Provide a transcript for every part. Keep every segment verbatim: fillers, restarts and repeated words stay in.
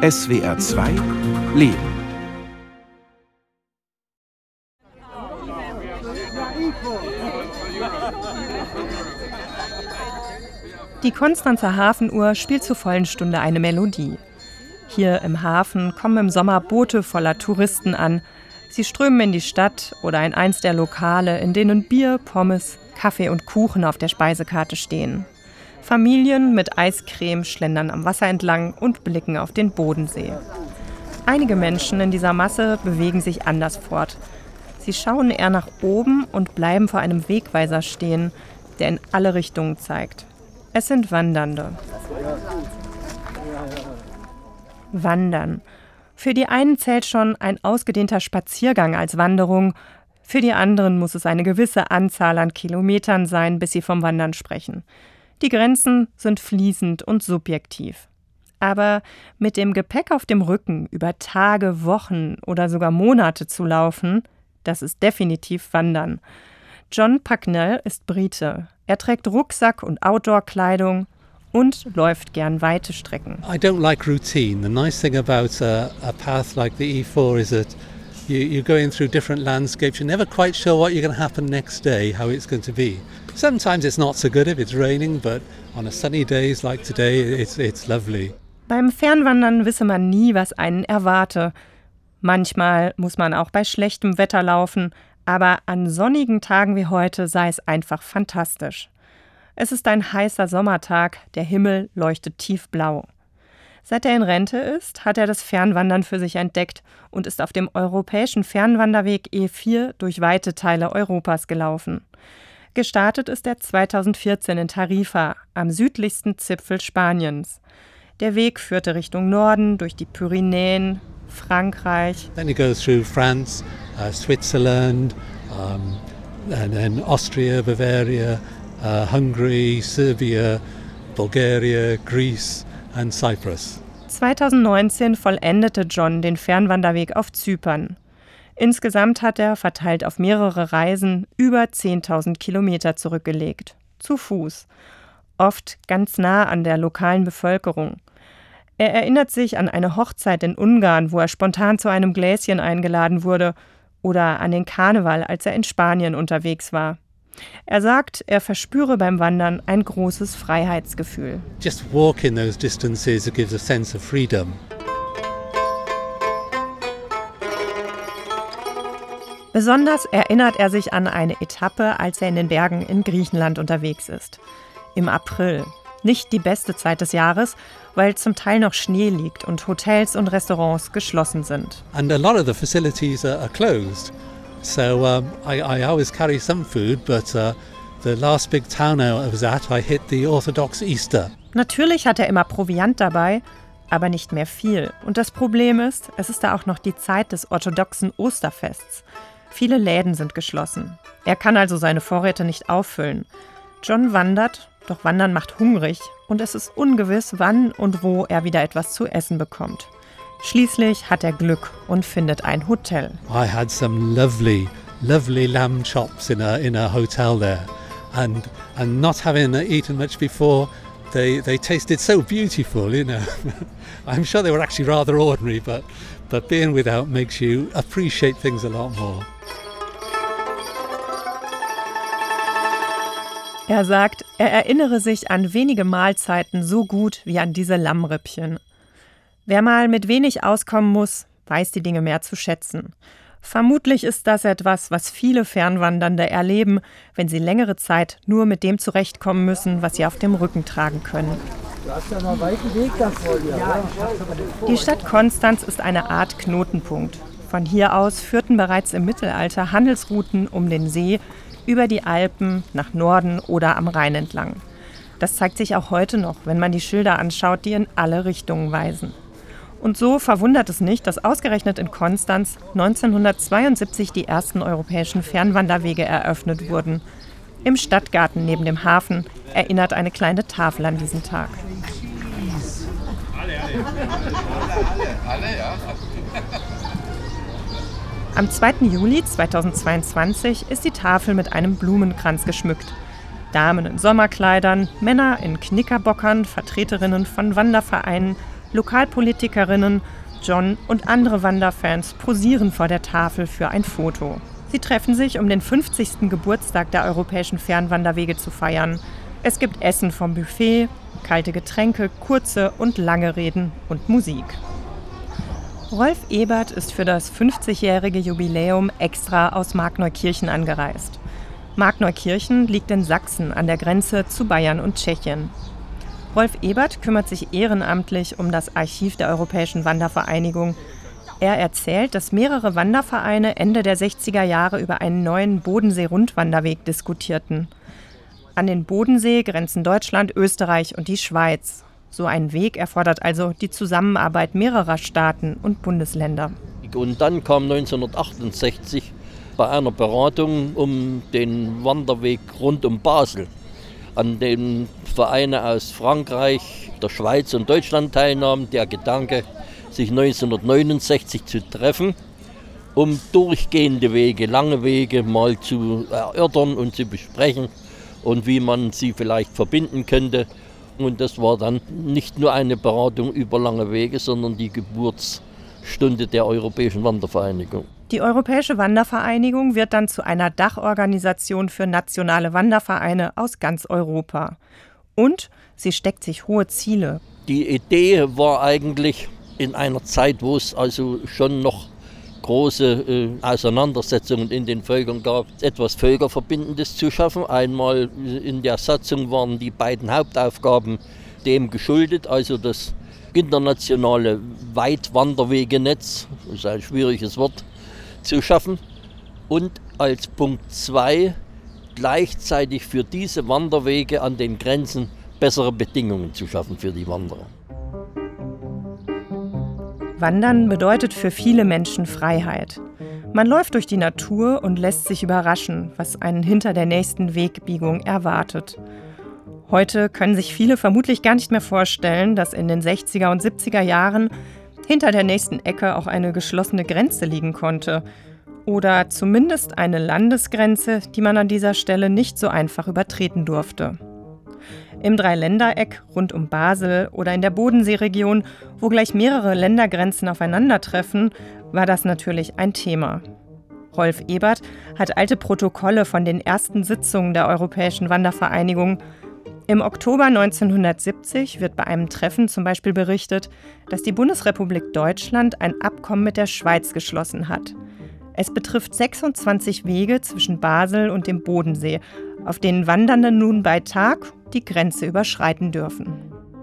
S W R zwei Leben. Die Konstanzer Hafenuhr spielt zur vollen Stunde eine Melodie. Hier im Hafen kommen im Sommer Boote voller Touristen an. Sie strömen in die Stadt oder in eins der Lokale, in denen Bier, Pommes, Kaffee und Kuchen auf der Speisekarte stehen. Familien mit Eiscreme schlendern am Wasser entlang und blicken auf den Bodensee. Einige Menschen in dieser Masse bewegen sich anders fort. Sie schauen eher nach oben und bleiben vor einem Wegweiser stehen, der in alle Richtungen zeigt. Es sind Wandernde. Wandern. Für die einen zählt schon ein ausgedehnter Spaziergang als Wanderung. Für die anderen muss es eine gewisse Anzahl an Kilometern sein, bis sie vom Wandern sprechen. Die Grenzen sind fließend und subjektiv. Aber mit dem Gepäck auf dem Rücken über Tage, Wochen oder sogar Monate zu laufen, das ist definitiv Wandern. John Packnell ist Brite. Er trägt Rucksack und Outdoor-Kleidung und läuft gern weite Strecken. I don't like routine. The nice thing about a, a path like the E four is that you, you're going through different landscapes. You're never quite sure what you're going to happen next day, how it's going to be. Sometimes it's not so good if it's raining, but on a sunny days like today, it's, it's lovely. Beim Fernwandern wisse man nie, was einen erwarte. Manchmal muss man auch bei schlechtem Wetter laufen, aber an sonnigen Tagen wie heute sei es einfach fantastisch. Es ist ein heißer Sommertag, der Himmel leuchtet tiefblau. Seit er in Rente ist, hat er das Fernwandern für sich entdeckt und ist auf dem europäischen Fernwanderweg E vier durch weite Teile Europas gelaufen. Gestartet ist er zweitausendvierzehn in Tarifa, am südlichsten Zipfel Spaniens. Der Weg führte Richtung Norden, durch die Pyrenäen, Frankreich. Then it goes through France, uh, Switzerland, um, and then Austria, Bavaria, uh, Hungary, Serbia, Bulgaria, Greece and Cyprus. zweitausendneunzehn vollendete John den Fernwanderweg auf Zypern. Insgesamt hat er, verteilt auf mehrere Reisen, über zehntausend Kilometer zurückgelegt. Zu Fuß. Oft ganz nah an der lokalen Bevölkerung. Er erinnert sich an eine Hochzeit in Ungarn, wo er spontan zu einem Gläschen eingeladen wurde, oder an den Karneval, als er in Spanien unterwegs war. Er sagt, er verspüre beim Wandern ein großes Freiheitsgefühl. Just walking those distances, it gives a sense of freedom. Besonders erinnert er sich an eine Etappe, als er in den Bergen in Griechenland unterwegs ist. Im April. Nicht die beste Zeit des Jahres, weil zum Teil noch Schnee liegt und Hotels und Restaurants geschlossen sind. And a lot of the facilities are, are closed. So um, I, I always carry some food, but uh, the last big town I was at, I hit the Orthodox Easter. Natürlich hat er immer Proviant dabei, aber nicht mehr viel. Und das Problem ist, es ist da auch noch die Zeit des orthodoxen Osterfests. Viele Läden sind geschlossen. Er kann also seine Vorräte nicht auffüllen. John wandert, doch Wandern macht hungrig und es ist ungewiss, wann und wo er wieder etwas zu essen bekommt. Schließlich hat er Glück und findet ein Hotel. I had some lovely, lovely lamb chops in a in a hotel there, and and not having eaten much before, they they tasted so beautiful, you know. I'm sure they were actually rather ordinary, but but being without makes you appreciate things a lot more. Er sagt, er erinnere sich an wenige Mahlzeiten so gut wie an diese Lammrippchen. Wer mal mit wenig auskommen muss, weiß die Dinge mehr zu schätzen. Vermutlich ist das etwas, was viele Fernwandernde erleben, wenn sie längere Zeit nur mit dem zurechtkommen müssen, was sie auf dem Rücken tragen können. Du hast ja noch einen weiten Weg da vor dir. Die Stadt Konstanz ist eine Art Knotenpunkt. Von hier aus führten bereits im Mittelalter Handelsrouten um den See, über die Alpen, nach Norden oder am Rhein entlang. Das zeigt sich auch heute noch, wenn man die Schilder anschaut, die in alle Richtungen weisen. Und so verwundert es nicht, dass ausgerechnet in Konstanz neunzehnhundertzweiundsiebzig die ersten europäischen Fernwanderwege eröffnet wurden. Im Stadtgarten neben dem Hafen erinnert eine kleine Tafel an diesen Tag. Am zweiten Juli zweitausendzweiundzwanzig ist die Tafel mit einem Blumenkranz geschmückt. Damen in Sommerkleidern, Männer in Knickerbockern, Vertreterinnen von Wandervereinen, Lokalpolitikerinnen, John und andere Wanderfans posieren vor der Tafel für ein Foto. Sie treffen sich, um den fünfzigsten Geburtstag der europäischen Fernwanderwege zu feiern. Es gibt Essen vom Buffet, kalte Getränke, kurze und lange Reden und Musik. Rolf Ebert ist für das fünfzigjährige Jubiläum extra aus Markneukirchen angereist. Markneukirchen liegt in Sachsen an der Grenze zu Bayern und Tschechien. Rolf Ebert kümmert sich ehrenamtlich um das Archiv der Europäischen Wandervereinigung. Er erzählt, dass mehrere Wandervereine Ende der sechziger Jahre über einen neuen Bodensee-Rundwanderweg diskutierten. An den Bodensee grenzen Deutschland, Österreich und die Schweiz. So ein Weg erfordert also die Zusammenarbeit mehrerer Staaten und Bundesländer. Und dann kam neunzehnhundertachtundsechzig bei einer Beratung um den Wanderweg rund um Basel, an dem Vereine aus Frankreich, der Schweiz und Deutschland teilnahmen, der Gedanke, sich neunzehnhundertneunundsechzig zu treffen, um durchgehende Wege, lange Wege mal zu erörtern und zu besprechen und wie man sie vielleicht verbinden könnte. Und das war dann nicht nur eine Beratung über lange Wege, sondern die Geburtsstunde der Europäischen Wandervereinigung. Die Europäische Wandervereinigung wird dann zu einer Dachorganisation für nationale Wandervereine aus ganz Europa. Und sie steckt sich hohe Ziele. Die Idee war eigentlich in einer Zeit, wo es also schon noch große äh, Auseinandersetzungen in den Völkern gab, etwas Völkerverbindendes zu schaffen. Einmal in der Satzung waren die beiden Hauptaufgaben dem geschuldet, also das internationale Weitwanderwegenetz, das ist ein schwieriges Wort, zu schaffen. Und als Punkt zwei gleichzeitig für diese Wanderwege an den Grenzen bessere Bedingungen zu schaffen für die Wanderer. Wandern bedeutet für viele Menschen Freiheit. Man läuft durch die Natur und lässt sich überraschen, was einen hinter der nächsten Wegbiegung erwartet. Heute können sich viele vermutlich gar nicht mehr vorstellen, dass in den sechziger und siebziger Jahren hinter der nächsten Ecke auch eine geschlossene Grenze liegen konnte. Oder zumindest eine Landesgrenze, die man an dieser Stelle nicht so einfach übertreten durfte. Im Dreiländereck rund um Basel oder in der Bodenseeregion, wo gleich mehrere Ländergrenzen aufeinandertreffen, war das natürlich ein Thema. Rolf Ebert hat alte Protokolle von den ersten Sitzungen der Europäischen Wandervereinigung. Im Oktober neunzehnhundertsiebzig wird bei einem Treffen zum Beispiel berichtet, dass die Bundesrepublik Deutschland ein Abkommen mit der Schweiz geschlossen hat. Es betrifft sechsundzwanzig Wege zwischen Basel und dem Bodensee, auf denen Wandernde nun bei Tag die Grenze überschreiten dürfen.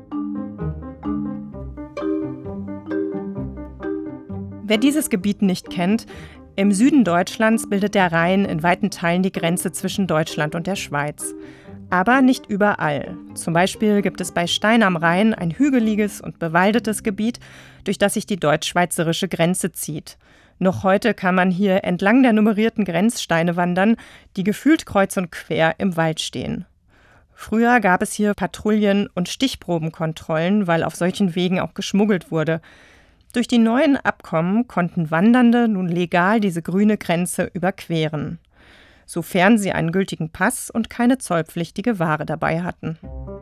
Wer dieses Gebiet nicht kennt, im Süden Deutschlands bildet der Rhein in weiten Teilen die Grenze zwischen Deutschland und der Schweiz. Aber nicht überall. Zum Beispiel gibt es bei Stein am Rhein ein hügeliges und bewaldetes Gebiet, durch das sich die deutsch-schweizerische Grenze zieht. Noch heute kann man hier entlang der nummerierten Grenzsteine wandern, die gefühlt kreuz und quer im Wald stehen. Früher gab es hier Patrouillen und Stichprobenkontrollen, weil auf solchen Wegen auch geschmuggelt wurde. Durch die neuen Abkommen konnten Wandernde nun legal diese grüne Grenze überqueren, sofern sie einen gültigen Pass und keine zollpflichtige Ware dabei hatten.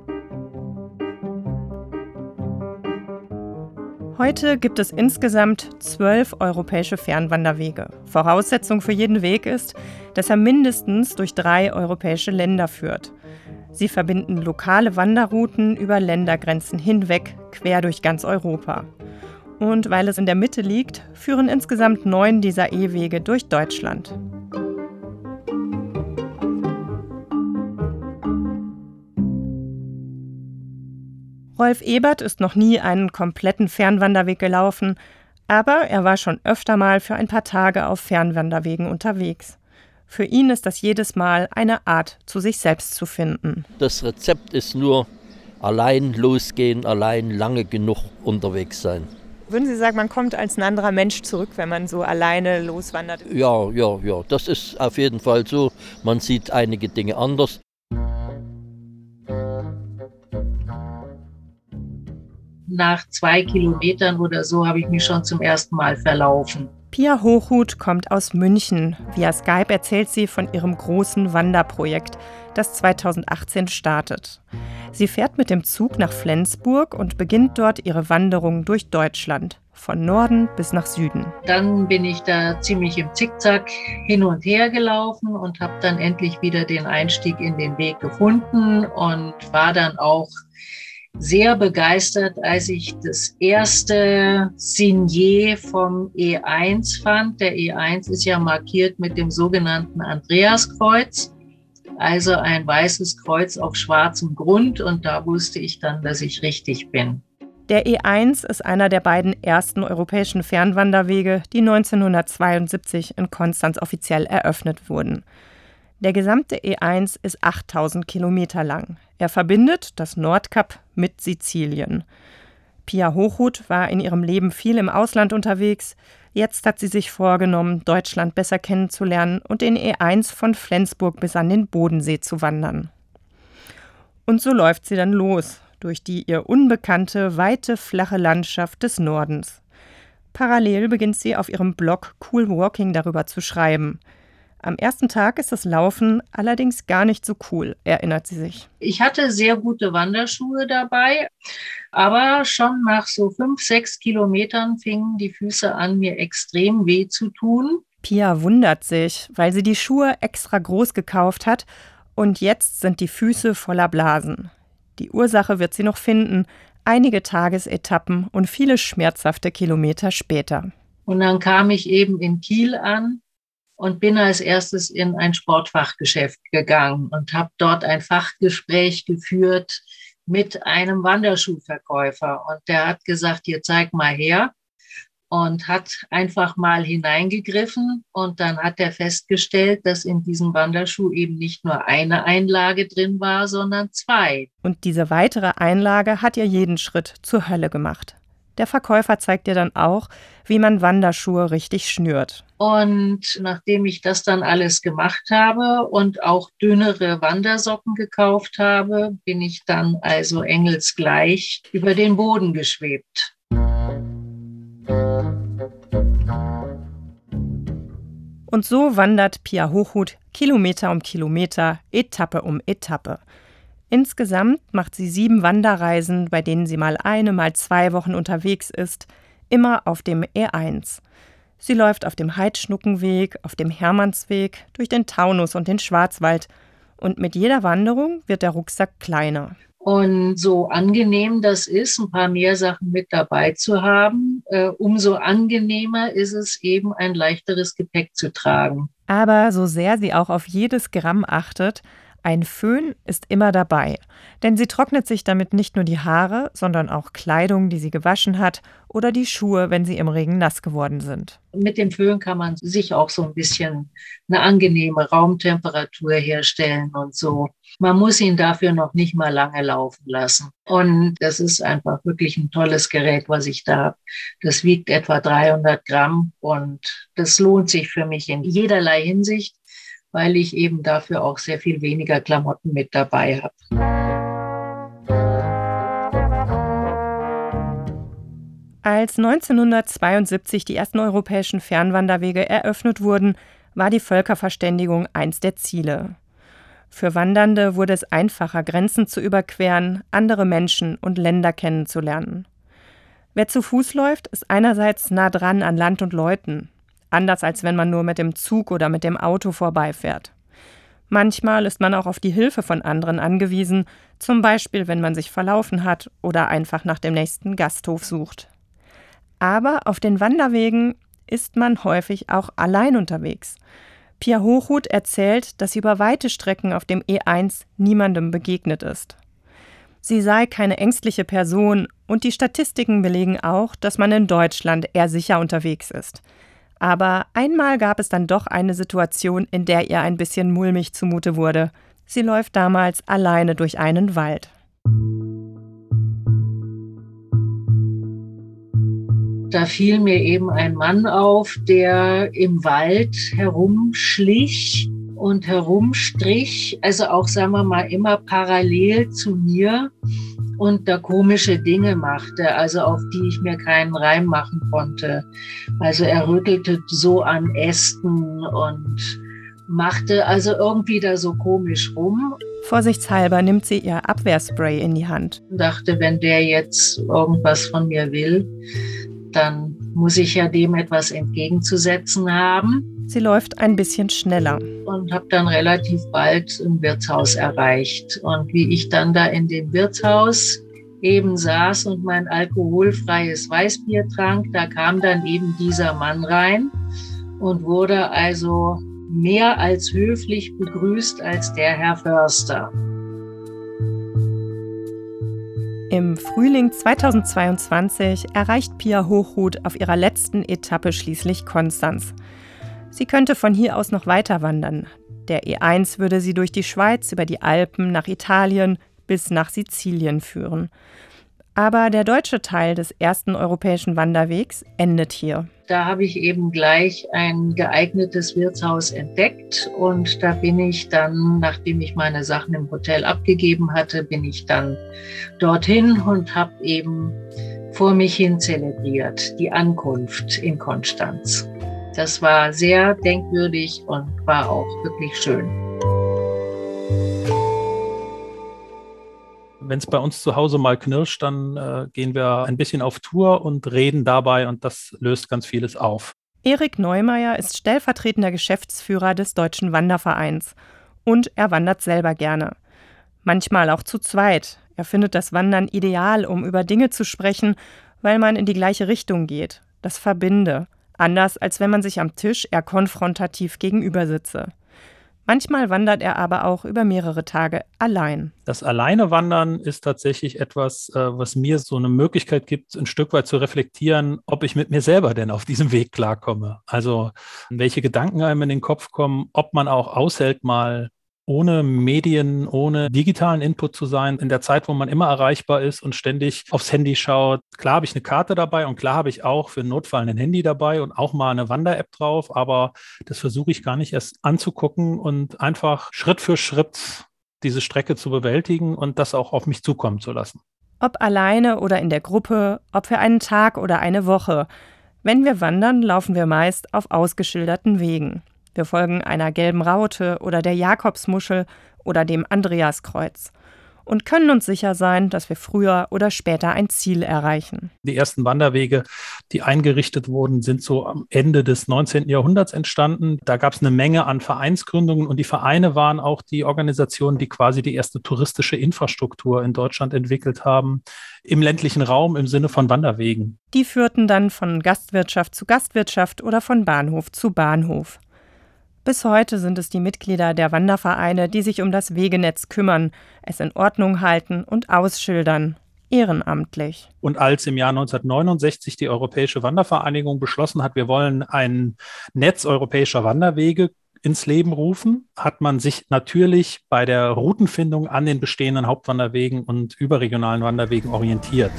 Heute gibt es insgesamt zwölf europäische Fernwanderwege. Voraussetzung für jeden Weg ist, dass er mindestens durch drei europäische Länder führt. Sie verbinden lokale Wanderrouten über Ländergrenzen hinweg, quer durch ganz Europa. Und weil es in der Mitte liegt, führen insgesamt neun dieser E-Wege durch Deutschland. Rolf Ebert ist noch nie einen kompletten Fernwanderweg gelaufen, aber er war schon öfter mal für ein paar Tage auf Fernwanderwegen unterwegs. Für ihn ist das jedes Mal eine Art, zu sich selbst zu finden. Das Rezept ist nur allein losgehen, allein lange genug unterwegs sein. Würden Sie sagen, man kommt als ein anderer Mensch zurück, wenn man so alleine loswandert? Ja, ja, ja, das ist auf jeden Fall so. Man sieht einige Dinge anders. Nach zwei Kilometern oder so habe ich mich schon zum ersten Mal verlaufen. Pia Hochhuth kommt aus München. Via Skype erzählt sie von ihrem großen Wanderprojekt, das zweitausendachtzehn startet. Sie fährt mit dem Zug nach Flensburg und beginnt dort ihre Wanderung durch Deutschland, von Norden bis nach Süden. Dann bin ich da ziemlich im Zickzack hin und her gelaufen und habe dann endlich wieder den Einstieg in den Weg gefunden und war dann auch sehr begeistert, als ich das erste Signet vom E eins fand. Der E eins ist ja markiert mit dem sogenannten Andreaskreuz, also ein weißes Kreuz auf schwarzem Grund. Und da wusste ich dann, dass ich richtig bin. Der E eins ist einer der beiden ersten europäischen Fernwanderwege, die neunzehnhundertzweiundsiebzig in Konstanz offiziell eröffnet wurden. Der gesamte E eins ist achttausend Kilometer lang. Er verbindet das Nordkap mit Sizilien. Pia Hochhuth war in ihrem Leben viel im Ausland unterwegs. Jetzt hat sie sich vorgenommen, Deutschland besser kennenzulernen und den E eins von Flensburg bis an den Bodensee zu wandern. Und so läuft sie dann los, durch die ihr unbekannte, weite, flache Landschaft des Nordens. Parallel beginnt sie auf ihrem Blog Cool Walking darüber zu schreiben. Am ersten Tag ist das Laufen allerdings gar nicht so cool, erinnert sie sich. Ich hatte sehr gute Wanderschuhe dabei, aber schon nach so fünf, sechs Kilometern fingen die Füße an, mir extrem weh zu tun. Pia wundert sich, weil sie die Schuhe extra groß gekauft hat und jetzt sind die Füße voller Blasen. Die Ursache wird sie noch finden, einige Tagesetappen und viele schmerzhafte Kilometer später. Und dann kam ich eben in Kiel an und bin als erstes in ein Sportfachgeschäft gegangen und habe dort ein Fachgespräch geführt mit einem Wanderschuhverkäufer. Und der hat gesagt, hier zeig mal her, und hat einfach mal hineingegriffen. Und dann hat er festgestellt, dass in diesem Wanderschuh eben nicht nur eine Einlage drin war, sondern zwei. Und diese weitere Einlage hat ihr jeden Schritt zur Hölle gemacht. Der Verkäufer zeigt ihr dann auch, wie man Wanderschuhe richtig schnürt. Und nachdem ich das dann alles gemacht habe und auch dünnere Wandersocken gekauft habe, bin ich dann also engelsgleich über den Boden geschwebt. Und so wandert Pia Hochhuth Kilometer um Kilometer, Etappe um Etappe. Insgesamt macht sie sieben Wanderreisen, bei denen sie mal eine, mal zwei Wochen unterwegs ist, immer auf dem E eins. Sie läuft auf dem Heidschnuckenweg, auf dem Hermannsweg, durch den Taunus und den Schwarzwald. Und mit jeder Wanderung wird der Rucksack kleiner. Und so angenehm das ist, ein paar mehr Sachen mit dabei zu haben, äh, umso angenehmer ist es eben, ein leichteres Gepäck zu tragen. Aber so sehr sie auch auf jedes Gramm achtet, ein Föhn ist immer dabei, denn sie trocknet sich damit nicht nur die Haare, sondern auch Kleidung, die sie gewaschen hat, oder die Schuhe, wenn sie im Regen nass geworden sind. Mit dem Föhn kann man sich auch so ein bisschen eine angenehme Raumtemperatur herstellen und so. Man muss ihn dafür noch nicht mal lange laufen lassen. Und das ist einfach wirklich ein tolles Gerät, was ich da habe. Das wiegt etwa dreihundert Gramm und das lohnt sich für mich in jederlei Hinsicht, weil ich eben dafür auch sehr viel weniger Klamotten mit dabei habe. Als neunzehnhundertzweiundsiebzig die ersten europäischen Fernwanderwege eröffnet wurden, war die Völkerverständigung eins der Ziele. Für Wandernde wurde es einfacher, Grenzen zu überqueren, andere Menschen und Länder kennenzulernen. Wer zu Fuß läuft, ist einerseits nah dran an Land und Leuten, anders als wenn man nur mit dem Zug oder mit dem Auto vorbeifährt. Manchmal ist man auch auf die Hilfe von anderen angewiesen, zum Beispiel wenn man sich verlaufen hat oder einfach nach dem nächsten Gasthof sucht. Aber auf den Wanderwegen ist man häufig auch allein unterwegs. Pia Hochhuth erzählt, dass sie über weite Strecken auf dem E eins niemandem begegnet ist. Sie sei keine ängstliche Person und die Statistiken belegen auch, dass man in Deutschland eher sicher unterwegs ist. Aber einmal gab es dann doch eine Situation, in der ihr ein bisschen mulmig zumute wurde. Sie läuft damals alleine durch einen Wald. Da fiel mir eben ein Mann auf, der im Wald herumschlich und herumstrich, also auch, sagen wir mal, immer parallel zu mir und da komische Dinge machte, also auf die ich mir keinen Reim machen konnte. Also er rüttelte so an Ästen und machte also irgendwie da so komisch rum. Vorsichtshalber nimmt sie ihr Abwehrspray in die Hand. Ich dachte, wenn der jetzt irgendwas von mir will, dann muss ich ja dem etwas entgegenzusetzen haben. Sie läuft ein bisschen schneller. Und habe dann relativ bald ein Wirtshaus erreicht. Und wie ich dann da in dem Wirtshaus eben saß und mein alkoholfreies Weißbier trank, da kam dann eben dieser Mann rein und wurde also mehr als höflich begrüßt als der Herr Förster. Im Frühling zweitausendzweiundzwanzig erreicht Pia Hochhuth auf ihrer letzten Etappe schließlich Konstanz. Sie könnte von hier aus noch weiter wandern. Der E eins würde sie durch die Schweiz, über die Alpen, nach Italien bis nach Sizilien führen. Aber der deutsche Teil des ersten europäischen Wanderwegs endet hier. Da habe ich eben gleich ein geeignetes Wirtshaus entdeckt und da bin ich dann, nachdem ich meine Sachen im Hotel abgegeben hatte, bin ich dann dorthin und habe eben vor mich hin zelebriert, die Ankunft in Konstanz. Das war sehr denkwürdig und war auch wirklich schön. Wenn es bei uns zu Hause mal knirscht, dann äh, gehen wir ein bisschen auf Tour und reden dabei und das löst ganz vieles auf. Erik Neumeier ist stellvertretender Geschäftsführer des Deutschen Wandervereins und er wandert selber gerne. Manchmal auch zu zweit. Er findet das Wandern ideal, um über Dinge zu sprechen, weil man in die gleiche Richtung geht. Das verbinde. Anders, als wenn man sich am Tisch eher konfrontativ gegenüber sitze. Manchmal wandert er aber auch über mehrere Tage allein. Das Alleine-Wandern ist tatsächlich etwas, was mir so eine Möglichkeit gibt, ein Stück weit zu reflektieren, ob ich mit mir selber denn auf diesem Weg klarkomme. Also welche Gedanken einem in den Kopf kommen, ob man auch aushält, mal ohne Medien, ohne digitalen Input zu sein, in der Zeit, wo man immer erreichbar ist und ständig aufs Handy schaut. Klar habe ich eine Karte dabei und klar habe ich auch für den Notfall ein Handy dabei und auch mal eine Wander-App drauf, aber das versuche ich gar nicht erst anzugucken und einfach Schritt für Schritt diese Strecke zu bewältigen und das auch auf mich zukommen zu lassen. Ob alleine oder in der Gruppe, ob für einen Tag oder eine Woche. Wenn wir wandern, laufen wir meist auf ausgeschilderten Wegen. Wir folgen einer gelben Raute oder der Jakobsmuschel oder dem Andreaskreuz und können uns sicher sein, dass wir früher oder später ein Ziel erreichen. Die ersten Wanderwege, die eingerichtet wurden, sind so am Ende des neunzehnten Jahrhunderts entstanden. Da gab es eine Menge an Vereinsgründungen und die Vereine waren auch die Organisationen, die quasi die erste touristische Infrastruktur in Deutschland entwickelt haben, im ländlichen Raum im Sinne von Wanderwegen. Die führten dann von Gastwirtschaft zu Gastwirtschaft oder von Bahnhof zu Bahnhof. Bis heute sind es die Mitglieder der Wandervereine, die sich um das Wegenetz kümmern, es in Ordnung halten und ausschildern, ehrenamtlich. Und als im Jahr neunzehnhundertneunundsechzig die Europäische Wandervereinigung beschlossen hat, wir wollen ein Netz europäischer Wanderwege ins Leben rufen, hat man sich natürlich bei der Routenfindung an den bestehenden Hauptwanderwegen und überregionalen Wanderwegen orientiert.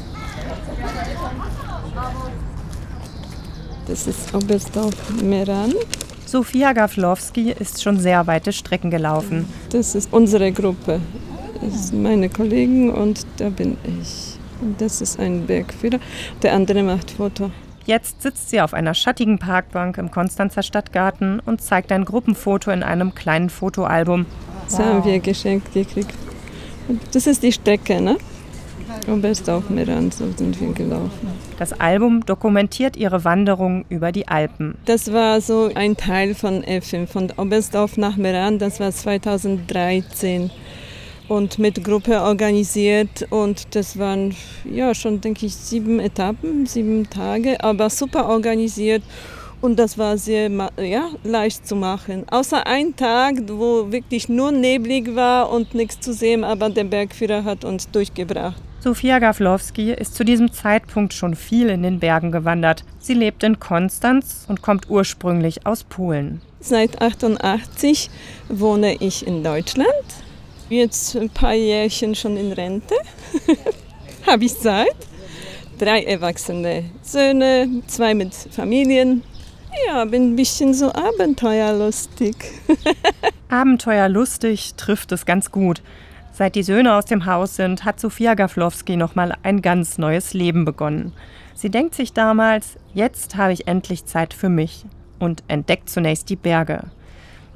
Das ist Oberstdorf Meran. Sofia Gawlowski ist schon sehr weite Strecken gelaufen. Das ist unsere Gruppe. Das sind meine Kollegen und da bin ich. Und das ist ein Bergführer. Der andere macht Foto. Jetzt sitzt sie auf einer schattigen Parkbank im Konstanzer Stadtgarten und zeigt ein Gruppenfoto in einem kleinen Fotoalbum. Das haben wir geschenkt gekriegt. Und das ist die Strecke, ne? Oberstdorf Meran, so sind wir gelaufen. Das Album dokumentiert ihre Wanderung über die Alpen. Das war so ein Teil von F M, von Oberstdorf nach Meran, das war zweitausenddreizehn. Und mit Gruppe organisiert und das waren ja schon, denke ich, sieben Etappen, sieben Tage, aber super organisiert und das war sehr ja, leicht zu machen. Außer ein Tag, wo wirklich nur neblig war und nichts zu sehen, aber der Bergführer hat uns durchgebracht. Sofia Gawlowski ist zu diesem Zeitpunkt schon viel in den Bergen gewandert. Sie lebt in Konstanz und kommt ursprünglich aus Polen. Seit achtundachtzig wohne ich in Deutschland. Jetzt ein paar Jährchen schon in Rente. Habe ich Zeit. Drei erwachsene Söhne, zwei mit Familien. Ja, bin ein bisschen so abenteuerlustig. Abenteuerlustig trifft es ganz gut. Seit die Söhne aus dem Haus sind, hat Sofia Gawlowski nochmal ein ganz neues Leben begonnen. Sie denkt sich damals, jetzt habe ich endlich Zeit für mich und entdeckt zunächst die Berge.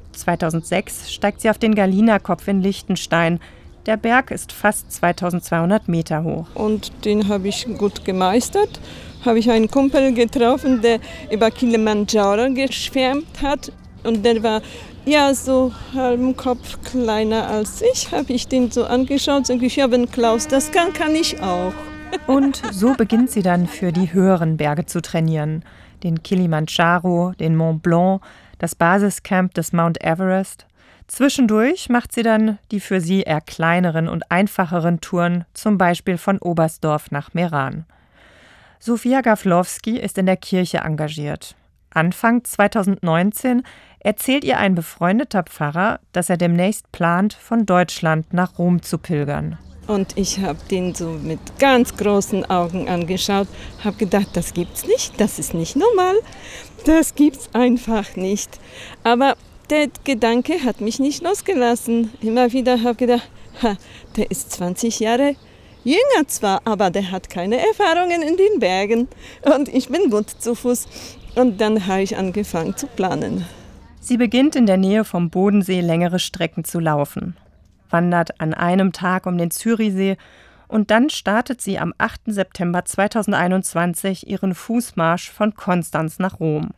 zweitausendsechs steigt sie auf den Galinerkopf in Liechtenstein. Der Berg ist fast zweitausendzweihundert Meter hoch. Und den habe ich gut gemeistert. Habe ich einen Kumpel getroffen, der über Kilimanjaro geschwärmt hat. Und der war ja so halben Kopf kleiner als ich. Habe ich den so angeschaut und gesagt, ja, wenn Klaus das kann, kann ich auch. Und so beginnt sie dann für die höheren Berge zu trainieren. Den Kilimanjaro, den Mont Blanc, das Basiscamp des Mount Everest. Zwischendurch macht sie dann die für sie eher kleineren und einfacheren Touren, zum Beispiel von Oberstdorf nach Meran. Sofia Gawlowski ist in der Kirche engagiert. Anfang zweitausendneunzehn erzählt ihr ein befreundeter Pfarrer, dass er demnächst plant, von Deutschland nach Rom zu pilgern. Und ich habe den so mit ganz großen Augen angeschaut, habe gedacht, das gibt's nicht, das ist nicht normal, das gibt's einfach nicht. Aber der Gedanke hat mich nicht losgelassen. Immer wieder habe ich gedacht, ha, der ist zwanzig Jahre jünger zwar, aber der hat keine Erfahrungen in den Bergen. Und ich bin gut zu Fuß. Und dann habe ich angefangen zu planen. Sie beginnt in der Nähe vom Bodensee längere Strecken zu laufen, wandert an einem Tag um den Zürichsee und dann startet sie am achten September zweitausendeinundzwanzig ihren Fußmarsch von Konstanz nach Rom.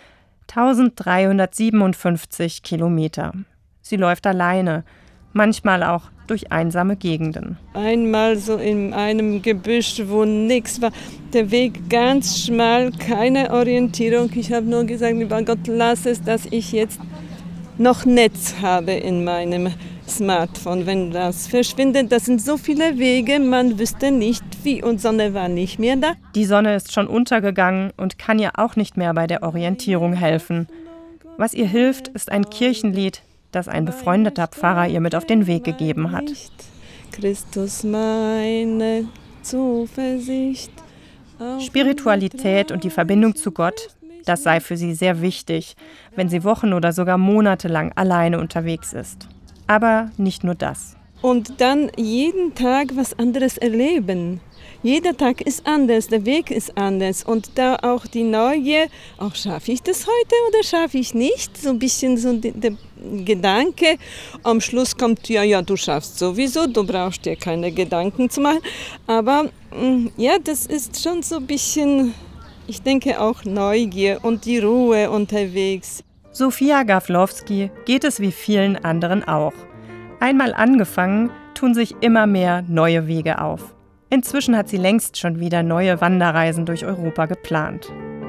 eintausenddreihundertsiebenundfünfzig Kilometer. Sie läuft alleine, manchmal auch durch einsame Gegenden. Einmal so in einem Gebüsch, wo nichts war, der Weg ganz schmal, keine Orientierung. Ich habe nur gesagt, lieber Gott, lass es, dass ich jetzt noch Netz habe in meinem Smartphone. Wenn das verschwindet, das sind so viele Wege, man wüsste nicht wie, und Sonne war nicht mehr da. Die Sonne ist schon untergegangen und kann ihr auch nicht mehr bei der Orientierung helfen. Was ihr hilft, ist ein Kirchenlied, das ein befreundeter Pfarrer ihr mit auf den Weg gegeben hat. Christus, meine Zuversicht. Spiritualität und die Verbindung zu Gott, das sei für sie sehr wichtig, wenn sie Wochen oder sogar Monate lang alleine unterwegs ist. Aber nicht nur das. Und dann jeden Tag was anderes erleben. Jeder Tag ist anders, der Weg ist anders. Und da auch die Neugier, auch schaffe ich das heute oder schaffe ich nicht? So ein bisschen so der, der Gedanke. Am Schluss kommt, ja, ja, du schaffst sowieso, du brauchst dir keine Gedanken zu machen. Aber ja, das ist schon so ein bisschen, ich denke auch Neugier und die Ruhe unterwegs. Sofia Gawlowski geht es wie vielen anderen auch. Einmal angefangen, tun sich immer mehr neue Wege auf. Inzwischen hat sie längst schon wieder neue Wanderreisen durch Europa geplant.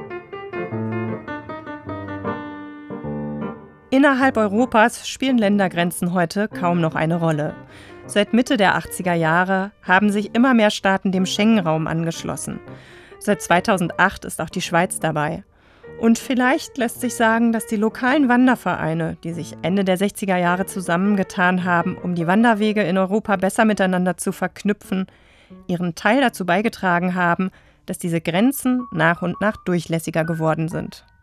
Innerhalb Europas spielen Ländergrenzen heute kaum noch eine Rolle. Seit Mitte der achtziger Jahre haben sich immer mehr Staaten dem Schengen-Raum angeschlossen. Seit zweitausendacht ist auch die Schweiz dabei. Und vielleicht lässt sich sagen, dass die lokalen Wandervereine, die sich Ende der sechziger Jahre zusammengetan haben, um die Wanderwege in Europa besser miteinander zu verknüpfen, ihren Teil dazu beigetragen haben, dass diese Grenzen nach und nach durchlässiger geworden sind.